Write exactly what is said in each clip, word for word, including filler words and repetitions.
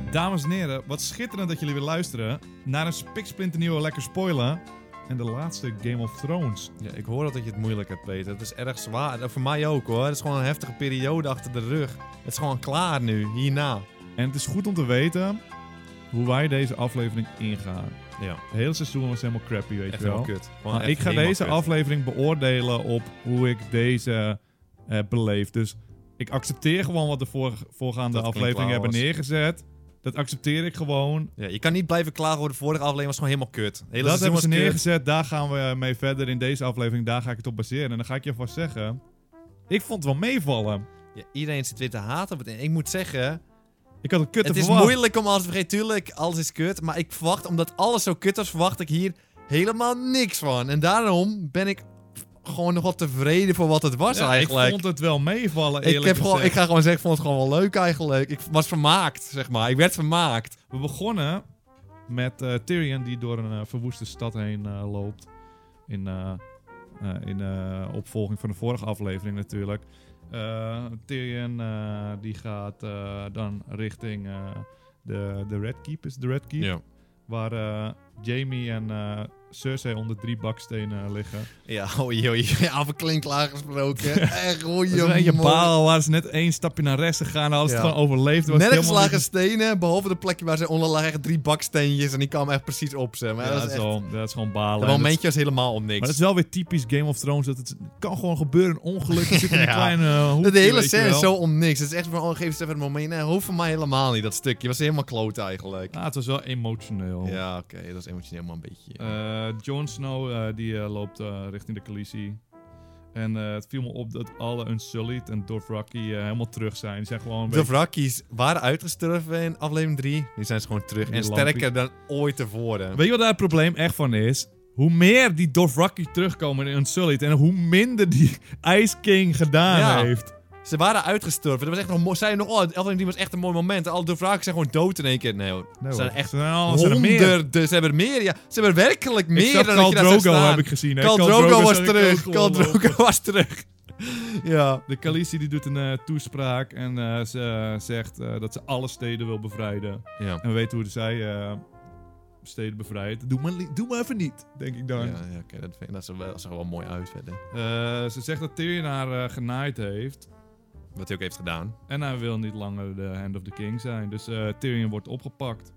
Dames en heren, wat schitterend dat jullie weer luisteren naar een spiksplinternieuwe Lekker Spoilen en de laatste Game of Thrones. Ja, ik hoor dat je het moeilijk hebt, Peter. Het is erg zwaar. En voor mij ook, hoor. Het is gewoon een heftige periode achter de rug. Het is gewoon klaar nu, hierna. En het is goed om te weten hoe wij deze aflevering ingaan. Ja. Het hele seizoen was helemaal crappy, weet Echt je wel. helemaal kut. Gewoon Maar echt ik ga helemaal deze kut. aflevering beoordelen op hoe ik deze heb beleefd. Dus ik accepteer gewoon wat de vorige, voorgaande Dat klinkt afleveringen hebben laos. neergezet. Dat accepteer ik gewoon. Ja, je kan niet blijven klagen over de vorige aflevering. was gewoon helemaal kut. Het hele Dat seizoen hebben ze was kut. neergezet, daar gaan we mee verder in deze aflevering. Daar ga ik het op baseren. En dan ga ik je vast zeggen, ik vond het wel meevallen. Ja, iedereen zit weer te haten. op het- Ik moet zeggen, Ik had een kutte het is verwacht. moeilijk om alles te vergeten. Tuurlijk, alles is kut. Maar ik verwacht, omdat alles zo kut was, verwacht ik hier helemaal niks van. En daarom ben ik gewoon nog wat tevreden voor wat het was Ja, eigenlijk. ik vond het wel meevallen, Ik, eerlijk heb gewoon, gezegd. ik ga gewoon zeggen, ik vond het gewoon wel leuk eigenlijk. Ik was vermaakt, zeg maar. Ik werd vermaakt. We begonnen met eh, Tyrion die door een eh, verwoeste stad heen eh, loopt. In, eh, eh, in eh, opvolging van de vorige aflevering natuurlijk. Eh, Tyrion eh, die gaat eh, dan richting eh, de, de Red Keep. Is het de Red Keep? Waar eh, Jaime en eh, Cersei onder drie bakstenen liggen. Ja, oei, oei. Af en klinklaar gesproken. Echt, oei, Dat is een beetje man. baal, waar ze net één stapje naar rechts gegaan. Hadden ze het Ja. gewoon overleefd. Was het Nergens helemaal lagen niet- stenen, behalve de plekje waar ze onder lagen echt drie baksteentjes en die kwamen echt precies op ze. Maar Ja, dat dat, is is echt... wel, dat is gewoon balen. Dat En momentje was helemaal om Maar niks. dat is wel weer typisch Game of Thrones. Dat het kan gewoon gebeuren. Een ongeluk. Je zit in een Ja. kleine uh, hoekje, de hele weet je scène is wel. zo om niks. Het is echt van, oh, geef eens even een moment. Nee, hoeft van mij helemaal niet, dat stukje. Was helemaal kloot eigenlijk. Ah, het was wel emotioneel. Ja, oké. Dat is emotioneel maar een beetje. Eh, Jon Snow eh, die eh, loopt eh, richting de Khaleesi. En eh, het viel me op dat alle Unsullied en Dothraki uh, helemaal terug zijn. Die zijn gewoon een de beetje... wrakkies waren uitgestorven in aflevering drie. Nu zijn ze gewoon terug. Die En lampies. sterker dan ooit tevoren. Weet je wat daar het probleem echt van is? Hoe meer die Dothraki terugkomen in Unsullied en hoe minder die Ice King gedaan Ja. heeft. Ze waren uitgestorven. Dat was echt nog mooi. Zij nog, oh, aflevering drie was echt een mooi moment. Alle Dothraki zijn gewoon dood in één keer. Nee, hoor. Nee, Ze zijn hoor. echt Ze zijn al- ze zijn er meer. honderden. Ze hebben er meer, ja. Ze hebben er werkelijk meer Ik zag dan Khal dat je daar zag Drogo staan. heb ik gezien. hè. Khal Khal Drogo was zag ik ook terug. gewoon Khal lopen. Drogo was terug. Ja. De Khaleesi die doet een eh, toespraak en eh, ze eh, zegt eh, dat ze alle steden wil bevrijden. Ja. En we weten hoe zij eh, steden bevrijdt. Doe maar, li- doe maar even niet, denk ik dan. Ja, ja oké. Dat, vind ik- dat zag wel- dat zag er wel mooi uit verder. Eh, ze zegt dat Tyrion haar eh, genaaid heeft. Wat hij ook heeft gedaan. En hij wil niet langer de Hand of the King zijn. Dus eh, Tyrion wordt opgepakt.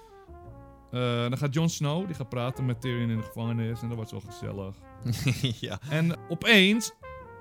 Eh, dan gaat Jon Snow, die gaat praten met Tyrion in de gevangenis. En dat wordt wel gezellig. ja. En opeens,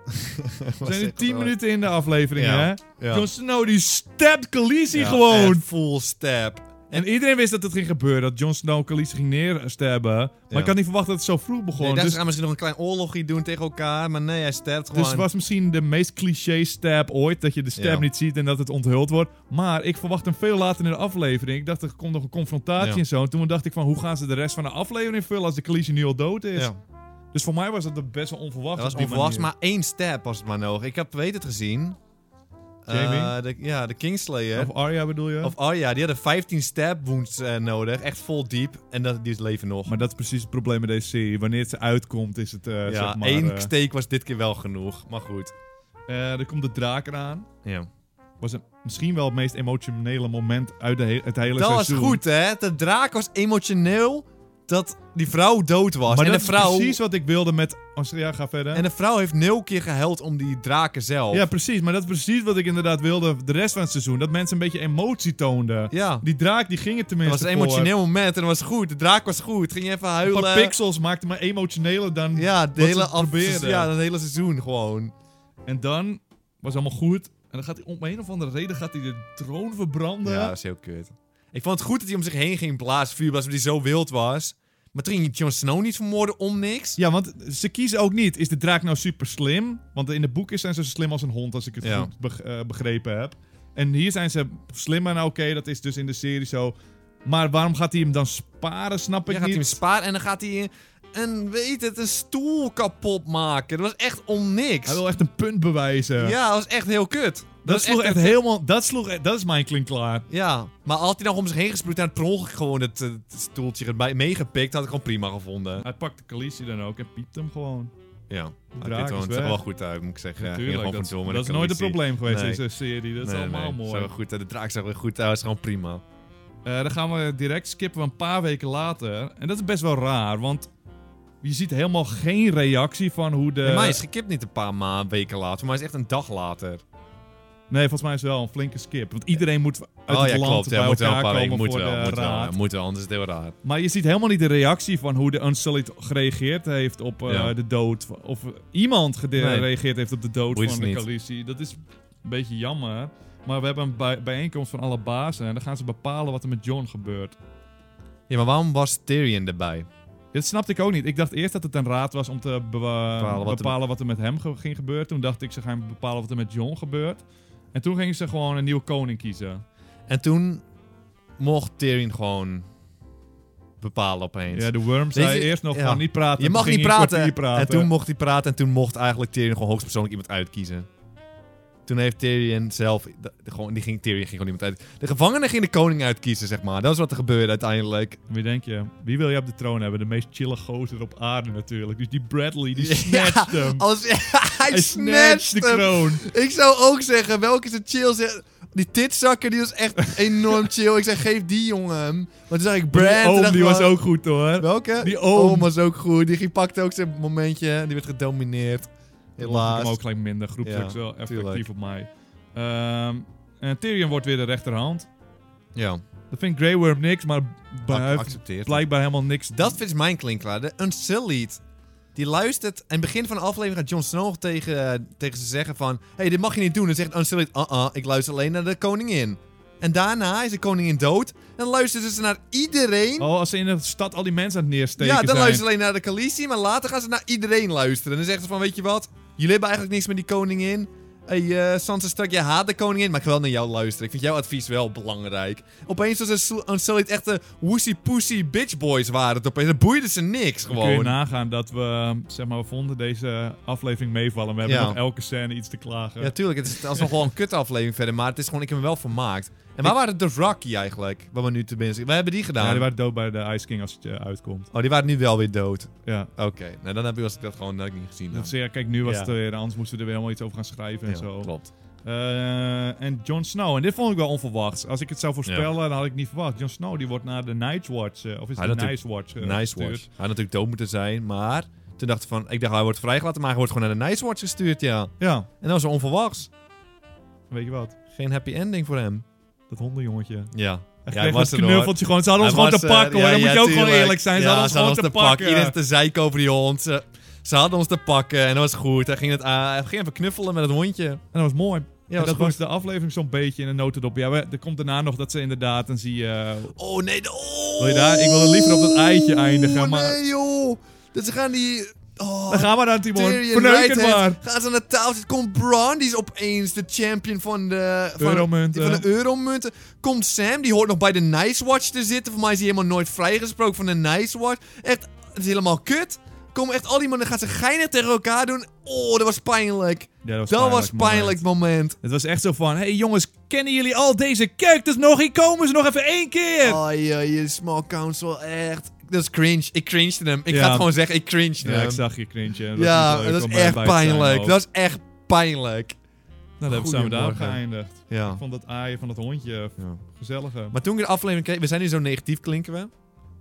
we Was zijn nu echt tien wel- minuten in de aflevering, Ja. hè? Ja. Jon Snow die stapt Khaleesi Ja, gewoon. echt full step. En iedereen wist dat het ging gebeuren, dat Jon Snow Khaleesi ging neerstabben. Maar Ja. ik had niet verwacht dat het zo vroeg begon. Nee, daar dus gaan misschien nog een klein oorlogje doen tegen elkaar. Maar nee, hij sterft gewoon. dus het was misschien de meest cliché stab ooit, dat je de stab Ja. niet ziet en dat het onthuld wordt. Maar ik verwacht hem veel later in de aflevering. Ik dacht, er komt nog een confrontatie Ja. en zo. En toen dacht ik van, hoe gaan ze de rest van de aflevering vullen als de Khaleesi nu al dood is? Ja. Dus voor mij was het best wel onverwacht. Dat was op die onverwachts, manier. maar één step was het maar nodig. Ik heb weet het gezien. Jamie? Eh, de, ja, de Kingslayer. Of Arya bedoel je? Of Arya, die hadden vijftien stab wounds eh, nodig. Echt vol diep. En dat, die leven nog. Maar dat is precies het probleem met deze serie. Wanneer het ze uitkomt, is het eh ja, zeg maar... één eh, steek was dit keer wel genoeg. Maar goed. eh, er komt de draak eraan. Ja. Was het misschien wel het meest emotionele moment uit de he- het hele Dat was seizoen. goed, hè? De draak was emotioneel dat die vrouw dood was. Maar en, dat de vrouw, is precies wat ik wilde met... Oh, ja, ga verder. en de vrouw heeft nul keer gehuild om die draken zelf. Ja, precies. Maar dat is precies wat ik inderdaad wilde de rest van het seizoen. Dat mensen een beetje emotie toonden. Ja. Die draak, die ging het Dat tenminste was een voor. emotioneel moment en dat was goed. De draak was goed. Ging je even Een huilen. paar pixels maakten me emotioneler dan Ja, de wat hele, ze probeerden. ja, het hele seizoen gewoon. En dan was allemaal goed. En dan gaat hij om een of andere reden gaat hij de troon verbranden. Ja, dat is heel kut. Ik vond het goed dat hij om zich heen ging blazen, vuurblazen, omdat hij zo wild was. Maar toen ging Jon Snow niet vermoorden om niks. Ja, want ze kiezen ook niet. Is de draak nou super slim? Want in de boeken zijn ze zo slim als een hond, als ik het Ja. goed beg- eh, begrepen heb. En hier zijn ze slimmer. Nou, oké, dat is dus in de serie zo. Maar waarom gaat hij hem dan sparen, snap ik Dan gaat hij hem niet. sparen en dan gaat hij een, weet het, een stoel kapot maken. Dat was echt om niks. Hij wil echt een punt bewijzen. Ja, dat was echt heel kut. Dat, was sloeg echt helemaal... Dat sloeg... e- Dat is mijn klinkklaar. Ja, maar had hij nog om zich heen gesproeid en het per ongeluk gewoon het, eh, het stoeltje erbij meegepikt, had ik gewoon prima gevonden. Hij pakte Khaleesi dan ook en piept hem gewoon. Ja, draak oké, is het zag weg. er wel goed uit, moet ik zeggen. Ja, ging Natuurlijk, gewoon dat, verdomme dat met is nooit een Khaleesi. probleem geweest in Nee. deze serie. Dat is Nee, allemaal nee, mooi. zag er goed uit. De draak zag er goed uit, dat was gewoon prima. Uh, dan gaan we direct skippen we een paar weken later. En dat is best wel raar, want je ziet helemaal geen reactie van hoe de... Nee, maar hij is gekipt niet een paar ma- weken later, maar hij is echt een dag later. Nee, volgens mij is het wel een flinke skip. Want iedereen moet uit oh het ja, land klopt. bij Ja, moet elkaar wel een paar komen weken. Moet voor wel, de moet wel, raad. ja, moet wel, anders is het heel raar. Maar je ziet helemaal niet de reactie van hoe de Unsullied gereageerd heeft op uh, Ja. de dood. Of iemand gereageerd Nee. heeft op de dood Boeit van ze de niet. Khaleesi. Dat is een beetje jammer. Maar we hebben een bij- bijeenkomst van alle bazen. En dan gaan ze bepalen wat er met Jon gebeurt. Ja, maar waarom was Tyrion erbij? Dat snapte ik ook niet. Ik dacht eerst dat het een raad was om te be- bepalen, wat er- bepalen wat er met hem ge- ging gebeuren. Toen dacht ik, ze gaan bepalen wat er met Jon gebeurt. En toen gingen ze gewoon een nieuwe koning kiezen. En toen mocht Tyrion gewoon bepalen opeens. Ja, de Worm zei Deze- eerst nog ja. van niet praten. Je Toen mag ging niet hij een praten. kwartier praten. En toen mocht hij praten en toen mocht eigenlijk Tyrion gewoon hoogstpersoonlijk iemand uitkiezen. Toen heeft Tyrion zelf, de, de- gewoon, die ging, Tyrion ging gewoon iemand uit. De gevangenen ging de koning uitkiezen, zeg maar. Dat is wat er gebeurde uiteindelijk. Wie denk je? Wie wil je op de troon hebben? De meest chille gozer op aarde natuurlijk. Dus die Bradley, die Ja, snatcht hem. Als, hij Hij snatcht snatcht de hem. kroon. Ik zou ook zeggen, welke is het chill? Zeg, die titzakker, die was echt enorm chill. Ik zeg, geef die jongen hem. Maar toen zag ik Brand. Die en oom, dacht die ik, was wat- ook goed hoor. Welke? Die oom. was ook goed. Die ging, pakte ook zijn momentje. Die werd gedomineerd. Helaas. Helaas. hem ook gelijk minder. Groepsdruk Ja, is wel effectief tuurlijk. op mij. Ehm, en Tyrion wordt weer de rechterhand. Ja, Dat vindt Grey Worm niks, maar b- hij heeft accepteerd. blijkbaar helemaal niks. Dat is mijn klinklaar. De Unsullied. Die luistert. En in het begin van de aflevering gaat Jon Snow tegen, eh, tegen ze zeggen van... Hé, hey, dit mag je niet doen. En zegt Unsullied... Uh-uh, ik luister alleen naar de koningin. En daarna is de koningin dood. En dan luisteren ze naar iedereen. Oh, als ze in de stad al die mensen aan het neersteken ja, dan zijn. luisteren ze alleen naar de Khaleesi. Maar later gaan ze naar iedereen luisteren. En dan zeggen ze van, weet je wat? Jullie hebben eigenlijk niks met die koningin. Hey, uh, Sansa Stark, jij haat de koningin, maar ik ga wel naar jou luisteren. Ik vind jouw advies wel belangrijk. Opeens was een Unsullied echte woosy poosy bitch boys waren het opeens. Dat boeide ze niks Dan kun je gewoon. nagaan dat we, zeg maar, we vonden deze aflevering meevallen. We hebben Ja. nog elke scène iets te klagen. Ja, tuurlijk. Het is alsnog wel een kut aflevering verder, maar het is gewoon, ik heb me wel vermaakt. En waar waren de Dothraki eigenlijk? Waar we nu te binnen zijn. Wij hebben die gedaan. Ja, die waren dood bij de Ice King als het uh, uitkomt. Oh, die waren nu wel weer dood. Ja. Oké, nou dan heb ik, was ik dat gewoon dat ik niet gezien. Dat is, ja, kijk, nu was Ja. het er weer, anders moesten we er weer helemaal iets over gaan schrijven en Ja, zo. klopt. Uh, en Jon Snow, en dit vond ik wel onverwachts. Als ik het zou voorspellen, dan had ik niet verwacht. Jon Snow, die wordt naar de Night's Watch, uh, of is Hij het de natuurlijk- Night's Watch uh, Nice gestuurd. Watch. Hij had natuurlijk dood moeten zijn, maar toen dacht ik van, ik dacht hij wordt vrijgelaten, maar hij wordt gewoon naar de Nice Watch gestuurd, ja. Ja, En dat was onverwachts. weet je wat? Geen happy ending voor hem. Dat hondenjongetje. Ja. Hij Ja, kreeg was dat er, hoor. knuffeltje gewoon. Ze hadden ons Hij gewoon te was, eh, pakken hoor. ja, Dan moet ja, je ook gewoon tuurlijk. eerlijk zijn. Ze Ja, hadden ons gewoon te pakken. Iedereen is te zeiken over die hond. Ze, ze hadden ons te pakken en dat was goed. Hij ging, het, uh, hij ging even knuffelen met het hondje. En dat was mooi. Ja, en was dat goed. was de aflevering zo'n beetje in een notendop. Ja, we- er komt daarna nog dat ze inderdaad, dan zie je... Oh nee, de- oh. Wil je daar? Ik wilde liever op dat eitje eindigen, maar- Nee joh. Dus ze gaan die... Oh, Dan gaan we dan, Timon. Tyrion Verneuk het Whitehead. maar. Gaan ze naar tafel zitten. Komt Bronn, die is opeens de champion van de... Van, Euromunten. Van de Euromunten. Komt Sam, die hoort nog bij de Nice Watch te zitten. Voor mij is hij helemaal nooit vrijgesproken van de Nice Watch. Echt, het is helemaal kut. Komen echt al die mannen, gaan ze geinig tegen elkaar doen. Oh, dat was pijnlijk. Ja, dat was Dat was een pijnlijk moment. Het was echt zo van, hé hey jongens, kennen jullie al deze characters nog? Hier komen ze nog even één keer. Oh ja, je Small Council, echt. Dat is cringe. Ik cringed hem. Ik Ja. ga het gewoon zeggen, ik cringed Ja, hem. ik zag je cringe. Dat Ja, was niet leuk dat om is bij- echt bij te zijn pijnlijk. ook. Dat is echt pijnlijk. Nou, dan zijn we daarop Goedemorgen. geëindigd. Ja. Ik vond dat aaien van dat hondje Ja. gezelliger. Maar toen ik de aflevering keek, we zijn nu zo negatief klinken we.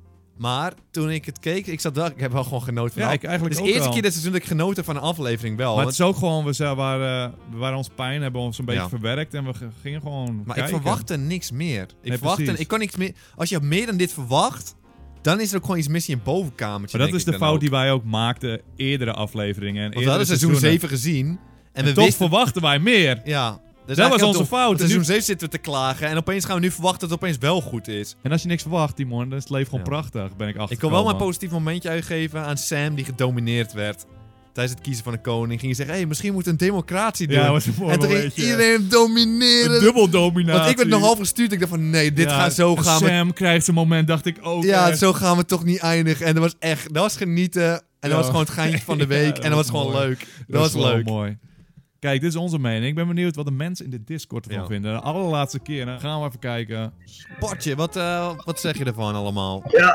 Maar toen ik het keek, ik zat wel, ik heb wel gewoon genoten van Ja, de ik eigenlijk Het is ook de eerste wel. keer dit seizoen dat ik genoten van een aflevering wel. Maar want- het is ook gewoon, we, zijn, waren, we waren ons pijn, hebben ons een beetje Ja. verwerkt en we g- gingen gewoon maar kijken. ik verwachtte niks meer. Ik Nee, verwachtte, precies. ik kan niks meer. Als je meer dan dit verwacht, dan is er ook gewoon iets mis in je bovenkamertje. Maar dat denk is ik de dan fout ook. die wij ook maakten eerdere afleveringen. En Want we hadden eerdere seizoen seizoenen. zeven gezien. En, En we toch wisten... verwachten wij meer. Ja. Dus Dat was eigenlijk onze heel dom. fout. Want En nu- seizoen zeven zitten we te klagen en opeens gaan we nu verwachten dat het opeens wel goed is. En als je niks verwacht, Timon, dan is het leven gewoon Ja. prachtig, ben ik achter. Ik wil wel mijn positief momentje uitgeven aan Sam die gedomineerd werd. Tijdens het kiezen van een koning ging je zeggen, hé, hey, misschien moet een democratie doen. Ja, dat was een mooi en toen ging momentje. iedereen hem domineren. Een dubbel dominatie. Want ik werd nog half gestuurd. Ik dacht van, nee, dit Ja, gaat zo en gaan we... Sam krijgt zijn moment, dacht ik ook. Ja, echt. zo gaan we toch niet eindigen. En dat was echt, dat was genieten. En dat Ja. was gewoon het geintje van de Ja, week. dat en dat was was gewoon mooi. leuk. Dat, Dat was is wel leuk. mooi. Kijk, dit is onze mening. Ik ben benieuwd wat de mensen in de Discord ervan Ja. vinden. De allerlaatste keer. Dan gaan we even kijken. Bartje, wat, eh, wat zeg je ervan allemaal? Ja,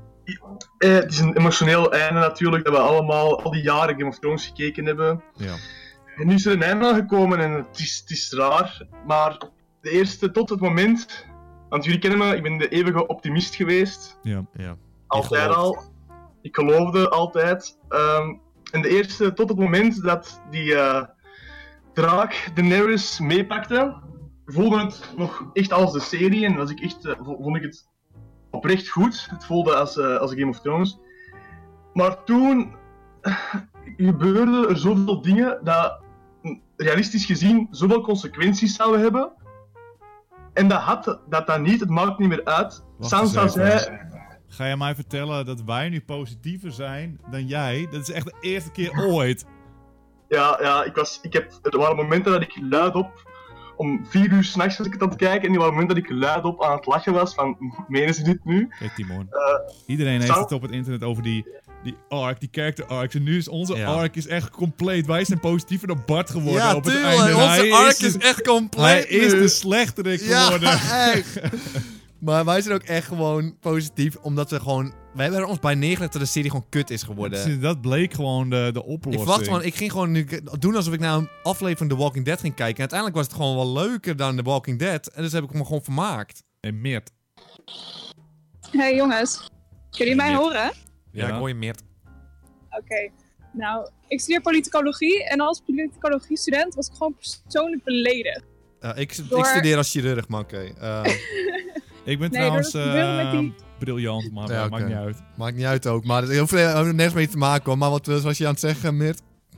eh, het is een emotioneel einde natuurlijk, dat we allemaal al die jaren Game of Thrones gekeken hebben. Ja. En nu is er een einde aangekomen en het is, het is raar, maar de eerste, tot het moment Want jullie kennen me, ik ben de eeuwige optimist geweest. Ja. Ja. Altijd gelooft. al. Ik geloofde altijd. Um, en de eerste, tot het moment dat die uh, draak Daenerys meepakte, voelde het nog echt als de serie. En was ik echt, uh, vond ik het oprecht goed. Het voelde als, uh, als Game of Thrones. Maar toen uh, gebeurden er zoveel dingen dat realistisch gezien zoveel consequenties zouden hebben. En dat had dat, dat niet, het maakt niet meer uit. Wacht Sansa eens even. zei... Ga je mij vertellen dat wij nu positiever zijn dan jij? Dat is echt de eerste keer ooit. Ja, ja ik was, ik heb, er waren momenten dat ik luidop, om vier uur s'nachts was ik het aan het kijken, en die waren momenten dat ik luidop aan het lachen was van, menen ze dit nu? Kijk Timon, Uh, iedereen heeft San- het op het internet over die, die arc, die character arcs. En nu is onze Ja. arc is echt compleet. Wij zijn positiever dan Bart geworden Ja, op het tuurlijk. einde. En Onze hij arc is, is echt compleet Hij is nu. de slechterik Ja, geworden. echt. Maar wij zijn ook echt gewoon positief, omdat we gewoon... Wij hebben er ons bij neergelegd dat de serie gewoon kut is geworden. Dus dat bleek gewoon de, de Ik oplossing. verwacht gewoon, ik ging gewoon nu doen alsof ik naar een aflevering van The Walking Dead ging kijken. En uiteindelijk was het gewoon wel leuker dan The Walking Dead. En dus heb ik me gewoon vermaakt. En Meert. Hey jongens, kunnen jullie mij horen? Ja, ik hoor je meer. Oké, nou, ik studeer politicologie en als politicologie-student was ik gewoon persoonlijk beledigd. Uh, ik, Door- ik studeer als chirurg, maar oké. Uh, Ik ben Nee, trouwens door het gebeuren met eh, die- briljant, maar Ja, dat oké. maakt niet uit. maakt niet uit ook. Maar het heeft heel nergens mee te maken hoor. Maar wat was je aan het zeggen, Meert?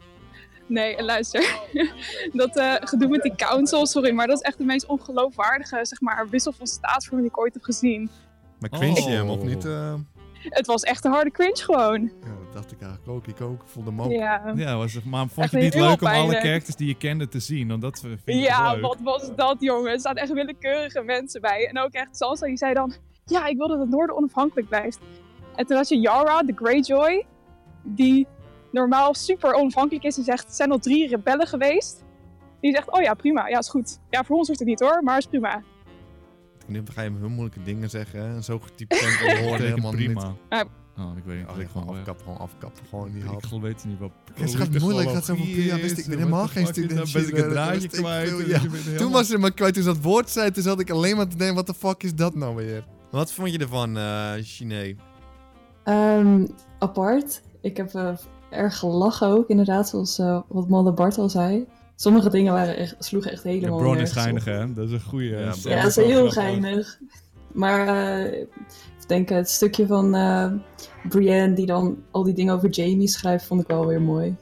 Nee, en luister, dat eh, gedoe met die council, sorry, maar dat is echt de meest ongeloofwaardige, zeg maar, wissel van staatsvorm die ik ooit heb gezien. Maar cringe je Oh. hem of niet? Uh, Het was echt een harde cringe gewoon. ja, dat dacht ik eigenlijk ook. Ik ook. Ik voelde hem ook. Ja, Ja, was, maar vond Echt je het niet heel leuk om alle pijnlijk. characters die je kende te zien? Want dat vind ik ja leuk. wat was dat jongen? Er staan echt willekeurige mensen bij. En ook echt Sansa die zei dan, ja, ik wil dat het noorden onafhankelijk blijft. En toen had je Yara, de Greyjoy, die normaal super onafhankelijk is en zegt, er zijn al drie rebellen geweest. Die zegt, oh ja, prima, ja, is goed. Ja, voor ons hoeft het niet hoor, maar is prima. Nu ga je heel moeilijke dingen zeggen. Hè? En zo getypt kan ik het horen Betekent helemaal prima. niet. Ah. Oh, ik weet niet. Oh, wat ik ik gewoon gewoon afkappen, gewoon afkappen. Gewoon die hap. Ik geloof- weet niet wat. Het gaat moeilijk, het gaat zo van ja, wist ik, ik ben helemaal geen student. Dan ben ik een draadje Wist ik kwijt. veel, en ja. je bent helemaal- Toen was er maar kwijt, toen ze dat woord zei, toen zat ik alleen maar te denken, wat de fuck is dat nou weer? Wat vond je ervan, uh, Chiné? Ehm, apart. Ik heb uh, erg gelachen ook, inderdaad, zoals uh, wat Malle Bart al zei. Sommige dingen waren echt, sloegen echt Ja, helemaal Bron is nergens op. geinig, hè? Dat is een goede. Ja, Ja, Bron Ja, dat is heel geinig. Maar uh, ik denk het stukje van uh, Brienne die dan al die dingen over Jaime schrijft, vond ik wel weer mooi.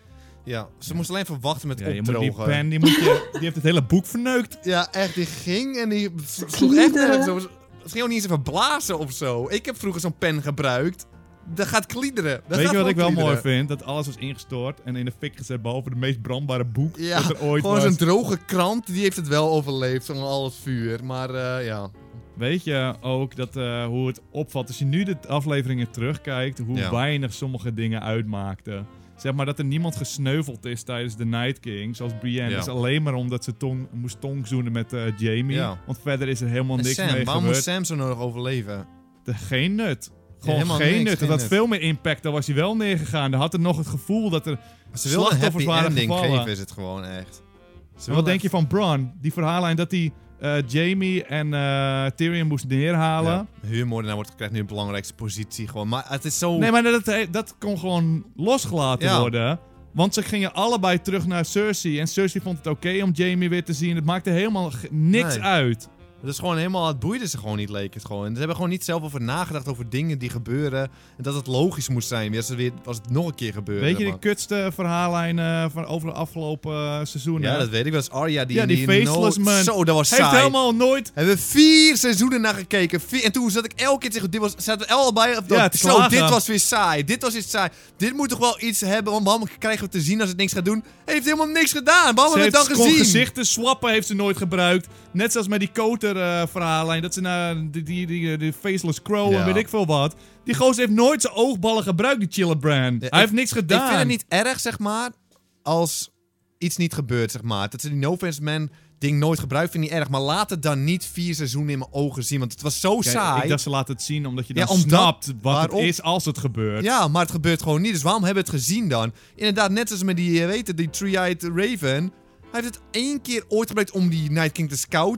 Ja, ze moest alleen even wachten met Ja, je moet die opdrogen. pen, die, moet je, die heeft het hele boek verneukt. Ja, echt, die ging en die sloeg echt Kliederen. nergens over. Het ging ook niet eens even blazen of zo. Ik heb vroeger zo'n pen gebruikt. Dat gaat kliederen. Dat Weet gaat je wat ik wel gewoon mooi kliederen. vind? Dat alles was ingestort en in de fik gezet, behalve de meest brandbare boek Ja, dat er ooit gewoon was. zo'n droge krant, die heeft het wel overleefd, zo'n al het vuur. Maar uh, ja. Weet je ook dat, uh, hoe het opvalt, als je nu de afleveringen terugkijkt, hoe Ja. weinig sommige dingen uitmaakten. Zeg maar dat er niemand gesneuveld is tijdens The Night King, zoals Brienne. Ja. Dat is alleen maar omdat ze tong, moest tongzoenen met uh, Jamie. Ja. Want verder is er helemaal En niks Sam, mee waarom gebeurd. moest Sam zo nodig overleven? De- geen nut. Gewoon helemaal geen niks, nut. geen Dat had nut. veel meer impact. Dan was hij wel neergegaan. Dan had er nog het gevoel dat er... Ze wilden een Slachtoffers happy waren ending gevallen. geven, is het gewoon echt. Ze En wat wilden denk je van Bronn? Die verhaallijn dat hij uh, Jamie en uh, Tyrion moest neerhalen. Ja, huurmoordenaar wordt krijgt nu een belangrijkste positie gewoon. Maar het is zo... Nee, maar dat, dat kon gewoon losgelaten Ja. worden. Want ze gingen allebei terug naar Cersei. En Cersei vond het oké om Jamie weer te zien. Het maakte helemaal ge- niks Nee. uit. Het is gewoon helemaal... Het boeide ze gewoon niet, leek het gewoon. Ze hebben gewoon niet zelf over nagedacht over dingen die gebeuren. En dat het logisch moest zijn. Als het, weer, als het nog een keer gebeurde. Weet je maar- de kutste verhaallijn uh, van over de afgelopen uh, seizoenen? Ja, dat weet ik. Dat is Arya die... Ja, die faceless no- man. Zo, dat was Heeft saai. helemaal nooit... Hebben we vier seizoenen naar gekeken. Vier, en toen zat ik elke keer tegen... Dit was, zaten we allebei op dat... Ja, te zo, klagen. dit was weer saai. Dit was weer saai. Dit moet toch wel iets hebben. Want waarom krijgen we te zien als het niks gaat doen? Heeft helemaal niks gedaan. Waarom Ze hebben we het heeft dan gewoon gezien? gezichten swappen heeft ze nooit gebruikt. Net zoals met die Koter uh, verhaallijn. Dat ze naar die, die, die, die Faceless Crow Ja. en weet ik veel wat. Die gozer heeft nooit zijn oogballen gebruikt, die Chillibrand. Ja, Hij ik- heeft niks gedaan. Ik vind het niet erg, zeg maar, als iets niet gebeurt, zeg maar. Dat ze die No Fans Man ding nooit gebruikt, vind ik niet erg. Maar laat het dan niet vier seizoenen in mijn ogen zien, want het was zo Kijk, saai. ik dacht ze laten het zien omdat je dan Ja, omdat- snapt wat waarom? het is als het gebeurt. Ja, maar het gebeurt gewoon niet. Dus waarom hebben we het gezien dan? Inderdaad, net als met die, eh, weet je, die Three-Eyed Raven. Hij heeft het één keer ooit gebruikt om die Night King te scouten.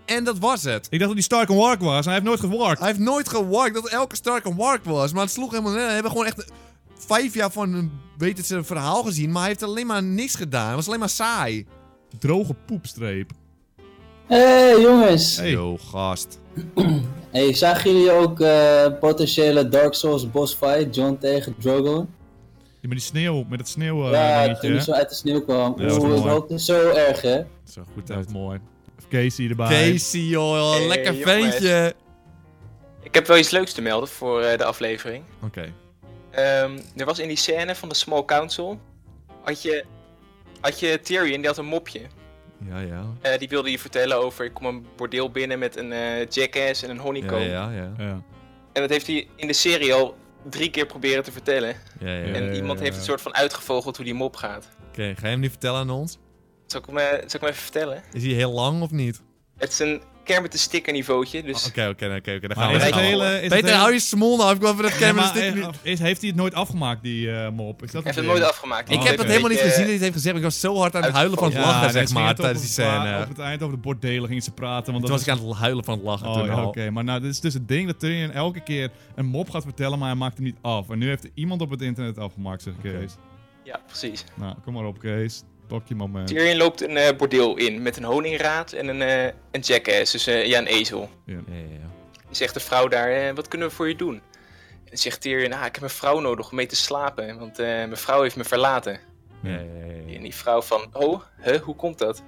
en dat was het. Ik dacht dat hij Stark and Wark was. Hij heeft nooit gewarkt. Hij heeft nooit gewarkt dat elke Stark een wark was. Maar het sloeg helemaal neer. We hebben gewoon echt vijf jaar van een weten ze, een verhaal gezien. Maar hij heeft alleen maar niks gedaan. Het was alleen maar saai. Droge poepstreep. Hey jongens! Hey. Yo, gast. Hey, zagen jullie ook uh, potentiële Dark Souls boss fight? John tegen Drogon? Ja, met die sneeuw, met het sneeuw uh, ja, dingetje, toen hij zo uit de sneeuw kwam. Ja, dat was Oeh, het mooi. hoopte zo erg, hè? Zo goed Dat uit. is mooi. Even Casey erbij. Casey, joh. Hey, lekker jongens. ventje. Ik heb wel iets leuks te melden voor uh, de aflevering. Oké. Um, er was in die scène van de Small Council, had je, had je Tyrion, die had een mopje. Ja, ja. Uh, die wilde je vertellen over, ik kom een bordeel binnen met een uh, jackass en een Ja, honeycomb. ja, ja. Ja. En dat heeft hij in de serie al drie keer proberen te vertellen. ja, ja. Ja, En ja, iemand ja, heeft ja. het soort van uitgevogeld hoe die mop gaat. Oké, ga je hem niet vertellen aan ons? Zal ik hem, uh, zal ik hem even vertellen? Is hij heel lang of niet? Het is een Kermit de Sticker niveautje, dus... Oké, oké, oké, oké. Dan gaan Maar we is het Rijden. hele... Is het Peter, hele- hou je smol nou. Ik wil even dat Ja, camera maar, stikken. eh, is, heeft hij het nooit afgemaakt, die uh, mop? Is dat Hij heeft het ding? nooit afgemaakt. Ik Oh, heb oké. het helemaal niet Beetje, gezien dat hij het heeft gezegd. Ik was zo hard aan het huilen van het Ja, lachen, nee, zeg ze maar, gingen toch tijdens die op het- scène. Op het eind over de bordelen gingen ze praten. Want Toen dat was ik aan het huilen van het lachen Oh toen ja, al. oké. Maar nou, dit is dus het ding dat Tyrion elke keer een mop gaat vertellen, maar hij maakt hem niet af. En nu heeft er iemand op het internet afgemaakt, zegt Kees. Ja, precies. Nou, kom maar op, Kees. Pak je moment. Tyrion loopt een uh, bordeel in met een honingraad en een, uh, een jackass, dus uh, ja, een ezel. Ja. Ja, ja, ja. Die zegt de vrouw daar, eh, wat kunnen we voor je doen? En dan zegt Tyrion, ah, ik heb een vrouw nodig om mee te slapen, want uh, mijn vrouw heeft me verlaten. Ja, ja, ja, ja. En die vrouw van, oh, huh, hoe komt dat?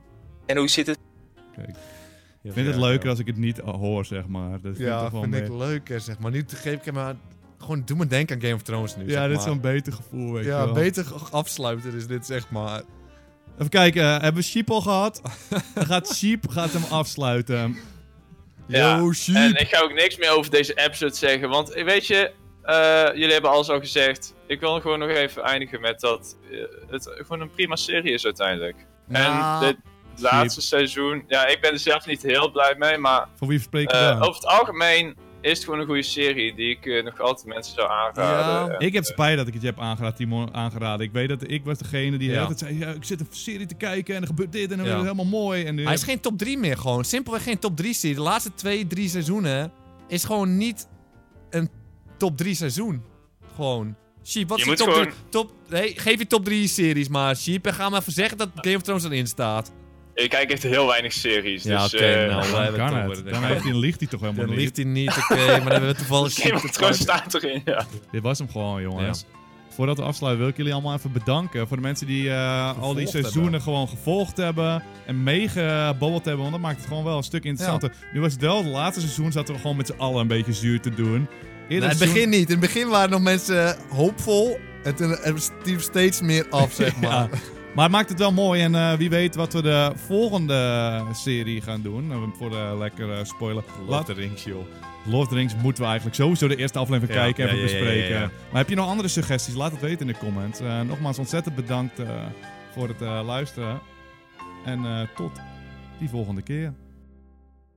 En hoe zit het? Kijk. Ik vind het leuker als ik het niet hoor, zeg maar. Dat vind ik Ja, toch wel vind ik meer- leuker, zeg maar. Nu geef ik hem maar... Gewoon, doe me denken aan Game of Thrones nu, Ja, zeg dit is maar. zo'n beter gevoel, weet je Ja, wel. beter afsluiten is dit, zeg maar. Even kijken, uh, hebben we Sheep al gehad? Dan gaat Sheep gaat hem afsluiten. Ja, Yo, sheep. En ik ga ook niks meer over deze episode zeggen, want eh, weet je, uh, jullie hebben alles al gezegd. Ik wil gewoon nog even eindigen met dat uh, het gewoon een prima serie is uiteindelijk. Nou, En dit laatste seizoen, ja, ik ben er zelf niet heel blij mee, maar Van wie spreek je uh, dan? over het algemeen is het gewoon een goede serie die ik uh, nog altijd mensen zou aanraden. Ja. En, Ik heb uh, spijt dat ik het je heb aangeraden, Timon, aangeraden. Ik weet dat ik was degene die Ja. altijd zei, ja, ik zit een serie te kijken en er gebeurt dit en dan Ja. is het helemaal mooi. En nu Hij is heb- geen top drie meer gewoon. Simpelweg geen top drie serie. De laatste twee, drie seizoenen is gewoon niet een top drie seizoen. Gewoon. Sheep, wat Je is je moet top gewoon- drie? Top, nee, geef je top drie series maar, Sheep. En ga maar even zeggen dat Game of Thrones erin staat. ik kijk echt heel weinig series, Ja, dus oké, uh, nou, dan wij hebben kan het het. over. Dan, heeft hij, ligt hij toch helemaal Dan niet. ligt hij niet, oké. maar dan hebben we toevallig Game of Sheep Thrones te pakken. staat erin, ja. Dit was hem gewoon, jongens. Voordat we afsluiten wil ik jullie allemaal even bedanken. Voor de mensen die uh, al die seizoenen hebben. gewoon gevolgd hebben. En meegebabbeld hebben. Want dat maakt het gewoon wel een stuk interessanter. Nu was het wel, het laatste seizoen zaten we gewoon met z'n allen een beetje zuur te doen. Nee, Eerder het seizoen- begin niet. In het begin waren nog mensen hoopvol. En toen er stief steeds meer af, zeg maar. Ja. Maar het maakt het wel mooi. En uh, wie weet wat we de volgende serie gaan doen. Uh, voor de lekkere spoiler. Laat de rings, joh. Lord of the Rings moeten we eigenlijk sowieso de eerste aflevering Ja, kijken en ja, even ja, ja, bespreken. ja, ja. Maar heb je nog andere suggesties? Laat het weten in de comments. Uh, nogmaals ontzettend bedankt uh, voor het uh, luisteren. En uh, tot die volgende keer.